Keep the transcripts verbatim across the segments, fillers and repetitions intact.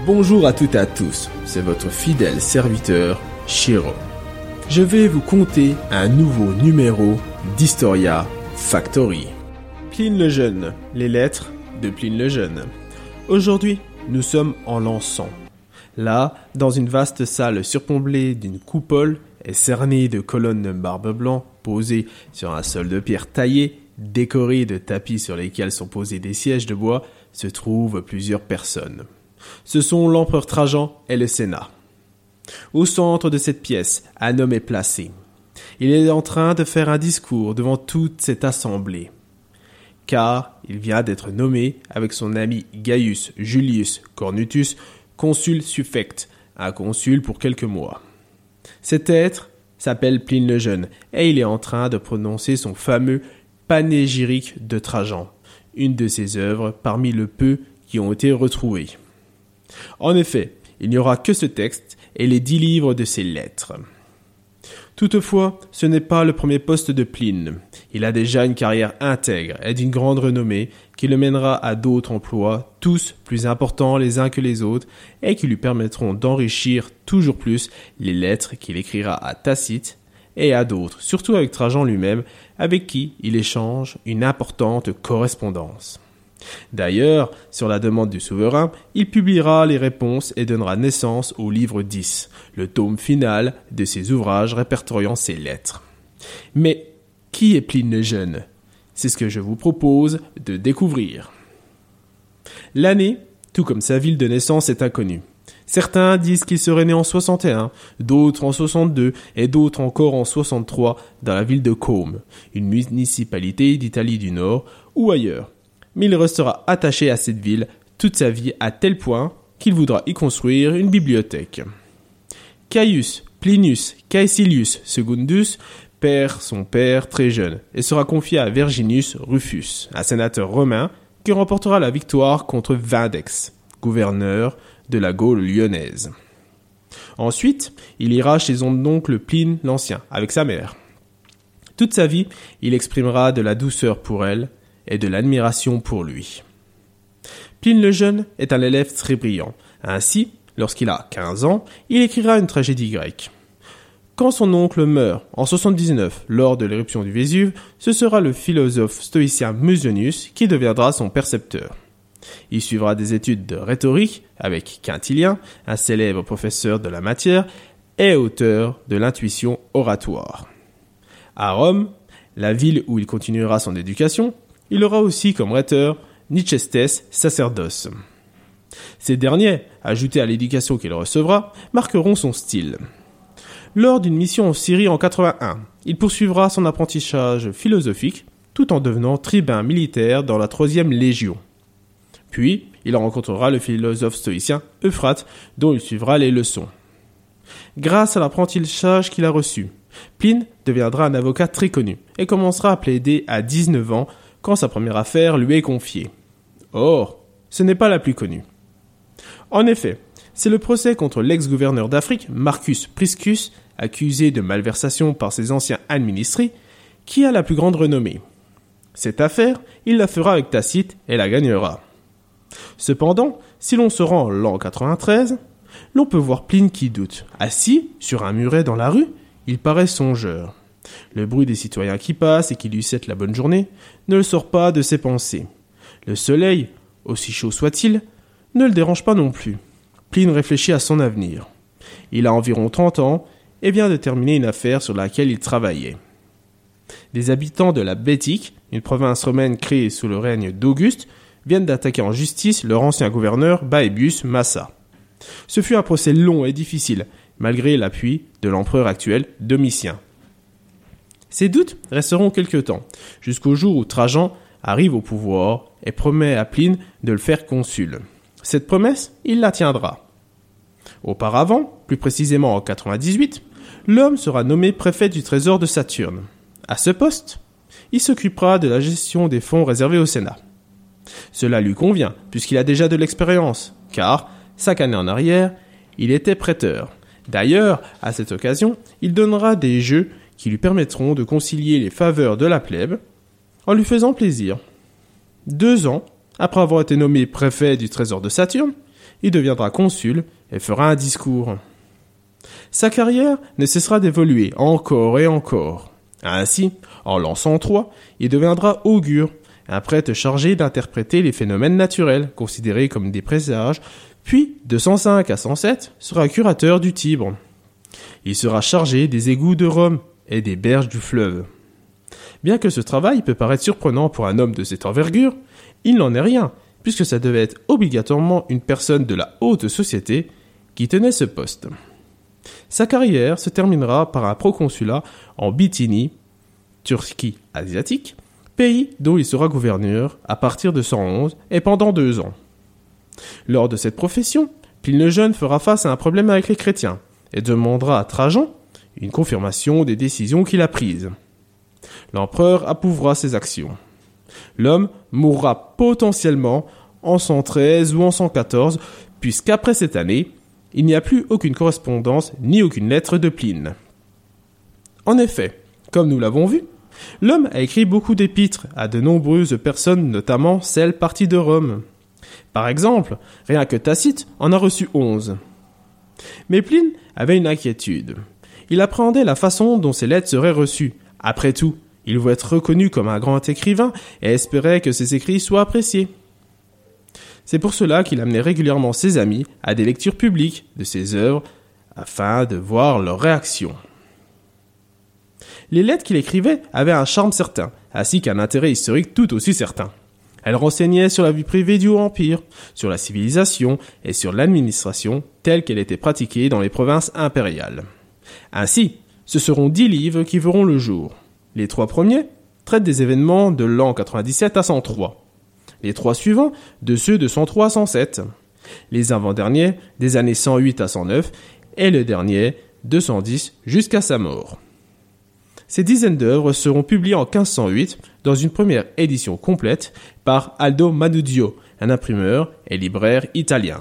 Bonjour à toutes et à tous, c'est votre fidèle serviteur, Shiro. Je vais vous conter un nouveau numéro d'Historia Factory. Pline le Jeune, les lettres de Pline le Jeune. Aujourd'hui, nous sommes en l'an cent. Là, dans une vaste salle surplombée d'une coupole et cernée de colonnes de marbre blanc posées sur un sol de pierre taillée, décorée de tapis sur lesquels sont posés des sièges de bois, se trouvent plusieurs personnes. Ce sont l'empereur Trajan et le Sénat. Au centre de cette pièce, un homme est placé. Il est en train de faire un discours devant toute cette assemblée. Car il vient d'être nommé avec son ami Gaius Julius Cornutus, consul suffect, un consul pour quelques mois. Cet être s'appelle Pline le Jeune et il est en train de prononcer son fameux panégyrique de Trajan, une de ses œuvres parmi le peu qui ont été retrouvées. En effet, il n'y aura que ce texte et les dix livres de ses lettres. Toutefois, ce n'est pas le premier poste de Pline. Il a déjà une carrière intègre et d'une grande renommée qui le mènera à d'autres emplois, tous plus importants les uns que les autres, et qui lui permettront d'enrichir toujours plus les lettres qu'il écrira à Tacite et à d'autres, surtout avec Trajan lui-même, avec qui il échange une importante correspondance. D'ailleurs, sur la demande du souverain, il publiera les réponses et donnera naissance au livre dix, le tome final de ses ouvrages répertoriant ses lettres. Mais qui est Pline le Jeune ? C'est ce que je vous propose de découvrir. L'année, tout comme sa ville de naissance, est inconnue. Certains disent qu'il serait né en soixante et un, d'autres en soixante-deux et d'autres encore en soixante-trois dans la ville de Côme, une municipalité d'Italie du Nord ou ailleurs. Mais il restera attaché à cette ville toute sa vie à tel point qu'il voudra y construire une bibliothèque. Caius Plinius Caecilius Secundus perd son père très jeune et sera confié à Verginius Rufus, un sénateur romain qui remportera la victoire contre Vindex, gouverneur de la Gaule lyonnaise. Ensuite, il ira chez son oncle Pline l'Ancien avec sa mère. Toute sa vie, il exprimera de la douceur pour elle et de l'admiration pour lui. Pline le Jeune est un élève très brillant. Ainsi, lorsqu'il a quinze ans, il écrira une tragédie grecque. Quand son oncle meurt en soixante-dix-neuf lors de l'éruption du Vésuve, ce sera le philosophe stoïcien Musonius qui deviendra son percepteur. Il suivra des études de rhétorique avec Quintilien, un célèbre professeur de la matière et auteur de l'intuition oratoire. À Rome, la ville où il continuera son éducation, il aura aussi comme rhéteur Nicestes sacerdos. Ces derniers, ajoutés à l'éducation qu'il recevra, marqueront son style. Lors d'une mission en Syrie en quatre-vingt-un, il poursuivra son apprentissage philosophique tout en devenant tribun militaire dans la troisième légion. Puis, il rencontrera le philosophe stoïcien Euphrate, dont il suivra les leçons. Grâce à l'apprentissage qu'il a reçu, Pline deviendra un avocat très connu et commencera à plaider à dix-neuf ans quand sa première affaire lui est confiée. Or, ce n'est pas la plus connue. En effet, c'est le procès contre l'ex-gouverneur d'Afrique, Marcus Priscus, accusé de malversation par ses anciens administrés, qui a la plus grande renommée. Cette affaire, il la fera avec Tacite et la gagnera. Cependant, si l'on se rend en l'an quatre-vingt-treize, l'on peut voir Pline qui doute. Assis sur un muret dans la rue, il paraît songeur. Le bruit des citoyens qui passent et qui lui souhaitent la bonne journée ne le sort pas de ses pensées. Le soleil, aussi chaud soit-il, ne le dérange pas non plus. Pline réfléchit à son avenir. Il a environ trente ans et vient de terminer une affaire sur laquelle il travaillait. Des habitants de la Bétique, une province romaine créée sous le règne d'Auguste, viennent d'attaquer en justice leur ancien gouverneur Baebius Massa. Ce fut un procès long et difficile, malgré l'appui de l'empereur actuel Domitien. Ces doutes resteront quelque temps, jusqu'au jour où Trajan arrive au pouvoir et promet à Pline de le faire consul. Cette promesse, il la tiendra. Auparavant, plus précisément en quatre-vingt-dix-huit, l'homme sera nommé préfet du trésor de Saturne. À ce poste, il s'occupera de la gestion des fonds réservés au Sénat. Cela lui convient, puisqu'il a déjà de l'expérience, car, cinq années en arrière, il était prêteur. D'ailleurs, à cette occasion, il donnera des jeux qui lui permettront de concilier les faveurs de la plèbe en lui faisant plaisir. Deux ans après avoir été nommé préfet du trésor de Saturne, il deviendra consul et fera un discours. Sa carrière ne cessera d'évoluer encore et encore. Ainsi, en l'an cent trois, il deviendra augure, un prêtre chargé d'interpréter les phénomènes naturels, considérés comme des présages, puis, de cent cinq à cent sept, sera curateur du Tibre. Il sera chargé des égouts de Rome et des berges du fleuve. Bien que ce travail peut paraître surprenant pour un homme de cette envergure, il n'en est rien, puisque ça devait être obligatoirement une personne de la haute société qui tenait ce poste. Sa carrière se terminera par un proconsulat en Bithynie, Turquie asiatique, pays dont il sera gouverneur à partir de cent onze et pendant deux ans. Lors de cette profession, Pline le Jeune fera face à un problème avec les chrétiens et demandera à Trajan une confirmation des décisions qu'il a prises. L'empereur approuvera ses actions. L'homme mourra potentiellement en cent treize ou en cent quatorze, puisqu'après cette année, il n'y a plus aucune correspondance ni aucune lettre de Pline. En effet, comme nous l'avons vu, l'homme a écrit beaucoup d'épîtres à de nombreuses personnes, notamment celles parties de Rome. Par exemple, rien que Tacite en a reçu onze. Mais Pline avait une inquiétude. Il appréhendait la façon dont ces lettres seraient reçues. Après tout, il voulait être reconnu comme un grand écrivain et espérait que ses écrits soient appréciés. C'est pour cela qu'il amenait régulièrement ses amis à des lectures publiques de ses œuvres afin de voir leur réaction. Les lettres qu'il écrivait avaient un charme certain, ainsi qu'un intérêt historique tout aussi certain. Elles renseignaient sur la vie privée du Haut-Empire, sur la civilisation et sur l'administration telle qu'elle était pratiquée dans les provinces impériales. Ainsi, ce seront dix livres qui verront le jour. Les trois premiers traitent des événements de l'an quatre-vingt-dix-sept à cent trois. Les trois suivants, de ceux de cent trois à cent sept. Les avant-derniers, des années cent huit à cent neuf, et le dernier, de cent dix jusqu'à sa mort. Ces dizaines d'œuvres seront publiées en quinze cent huit dans une première édition complète par Aldo Manuzio, un imprimeur et libraire italien.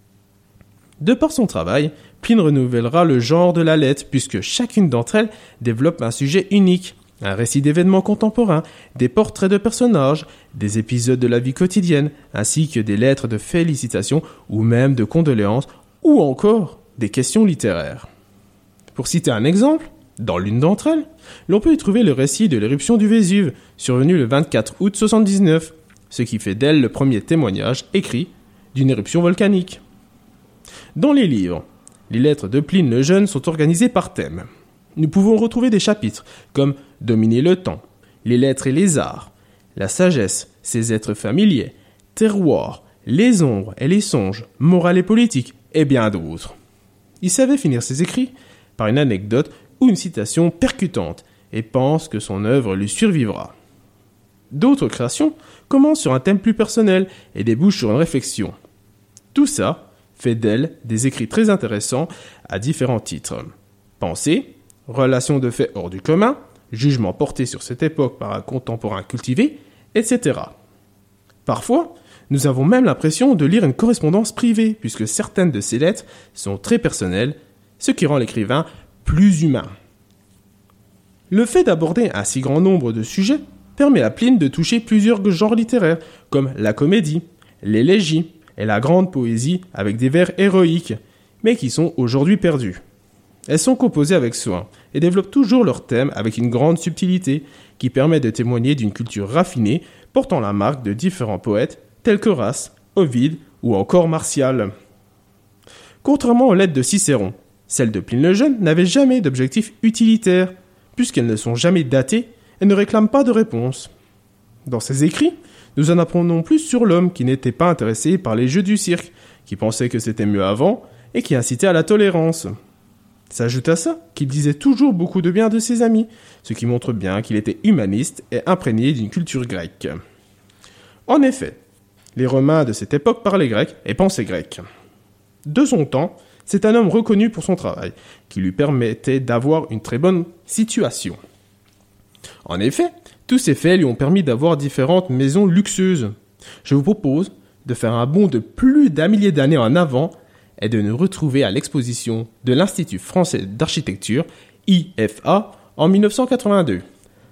De par son travail, Pline renouvellera le genre de la lettre puisque chacune d'entre elles développe un sujet unique, un récit d'événements contemporains, des portraits de personnages, des épisodes de la vie quotidienne, ainsi que des lettres de félicitations ou même de condoléances, ou encore des questions littéraires. Pour citer un exemple, dans l'une d'entre elles, l'on peut y trouver le récit de l'éruption du Vésuve, survenu le vingt-quatre août soixante-dix-neuf, ce qui fait d'elle le premier témoignage écrit d'une éruption volcanique. Dans les livres, les lettres de Pline le Jeune sont organisées par thème. Nous pouvons retrouver des chapitres comme « Dominer le temps »,« Les lettres et les arts »,« La sagesse, ses êtres familiers »,« Terroir »,« Les ombres et les songes »,« Morale et politique » et bien d'autres. Il savait finir ses écrits par une anecdote ou une citation percutante et pense que son œuvre lui survivra. D'autres créations commencent sur un thème plus personnel et débouchent sur une réflexion. Tout ça fait d'elle des écrits très intéressants à différents titres. Pensée, relations de faits hors du commun, jugement porté sur cette époque par un contemporain cultivé, et cetera. Parfois, nous avons même l'impression de lire une correspondance privée, puisque certaines de ces lettres sont très personnelles, ce qui rend l'écrivain plus humain. Le fait d'aborder un si grand nombre de sujets permet à Pline de toucher plusieurs genres littéraires, comme la comédie, l'élégie et la grande poésie avec des vers héroïques, mais qui sont aujourd'hui perdus. Elles sont composées avec soin et développent toujours leur thème avec une grande subtilité qui permet de témoigner d'une culture raffinée portant la marque de différents poètes tels qu'Horace, Ovide ou encore Martial. Contrairement aux lettres de Cicéron, celles de Pline le Jeune n'avaient jamais d'objectif utilitaire, puisqu'elles ne sont jamais datées et ne réclament pas de réponse. Dans ses écrits, nous en apprenons plus sur l'homme qui n'était pas intéressé par les jeux du cirque, qui pensait que c'était mieux avant et qui incitait à la tolérance. S'ajoute à ça qu'il disait toujours beaucoup de bien de ses amis, ce qui montre bien qu'il était humaniste et imprégné d'une culture grecque. En effet, les Romains de cette époque parlaient grec et pensaient grec. De son temps, c'est un homme reconnu pour son travail, qui lui permettait d'avoir une très bonne situation. En effet, tous ces faits lui ont permis d'avoir différentes maisons luxueuses. Je vous propose de faire un bond de plus d'un millier d'années en avant et de nous retrouver à l'exposition de l'Institut français d'architecture, I F A, en dix-neuf cent quatre-vingt-deux.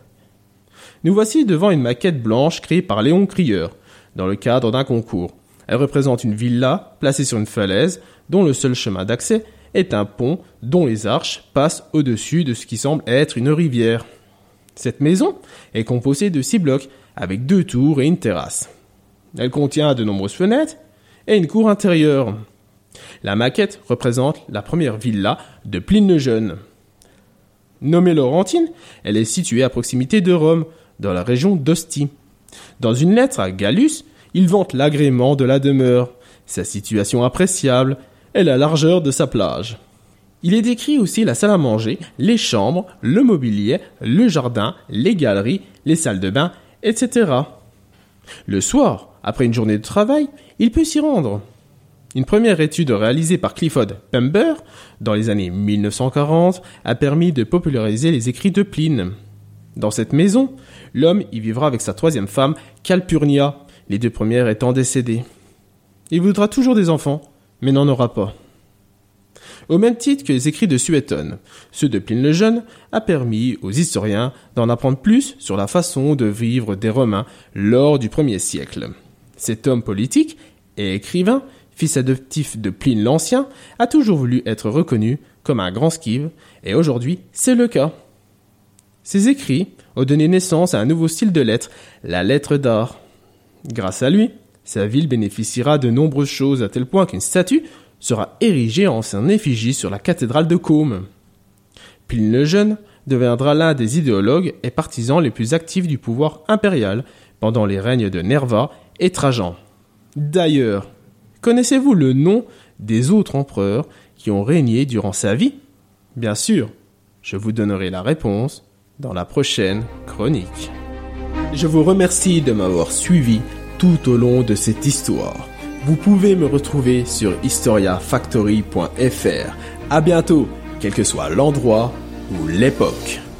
Nous voici devant une maquette blanche créée par Léon Crieur, dans le cadre d'un concours. Elle représente une villa placée sur une falaise dont le seul chemin d'accès est un pont dont les arches passent au-dessus de ce qui semble être une rivière. Cette maison est composée de six blocs avec deux tours et une terrasse. Elle contient de nombreuses fenêtres et une cour intérieure. La maquette représente la première villa de Pline le Jeune. Nommée Laurentine, elle est située à proximité de Rome, dans la région d'Ostie. Dans une lettre à Gallus, il vante l'agrément de la demeure, sa situation appréciable et la largeur de sa plage. Il est décrit aussi la salle à manger, les chambres, le mobilier, le jardin, les galeries, les salles de bain, et cetera. Le soir, après une journée de travail, il peut s'y rendre. Une première étude réalisée par Clifford Pember dans les années mille neuf cent quarante a permis de populariser les écrits de Pline. Dans cette maison, l'homme y vivra avec sa troisième femme, Calpurnia, les deux premières étant décédées. Il voudra toujours des enfants, mais n'en aura pas. Au même titre que les écrits de Suétone, ceux de Pline le Jeune a permis aux historiens d'en apprendre plus sur la façon de vivre des Romains lors du premier siècle. Cet homme politique et écrivain, fils adoptif de Pline l'Ancien, a toujours voulu être reconnu comme un grand scribe, et aujourd'hui c'est le cas. Ses écrits ont donné naissance à un nouveau style de lettres, la lettre d'art. Grâce à lui, sa ville bénéficiera de nombreuses choses à tel point qu'une statue sera érigée en son effigie sur la cathédrale de Côme. Pline le Jeune deviendra l'un des idéologues et partisans les plus actifs du pouvoir impérial pendant les règnes de Nerva et Trajan. D'ailleurs, connaissez-vous le nom des autres empereurs qui ont régné durant sa vie ? Bien sûr, je vous donnerai la réponse dans la prochaine chronique. Je vous remercie de m'avoir suivi tout au long de cette histoire. Vous pouvez me retrouver sur historia factory point f r. À bientôt, quel que soit l'endroit ou l'époque.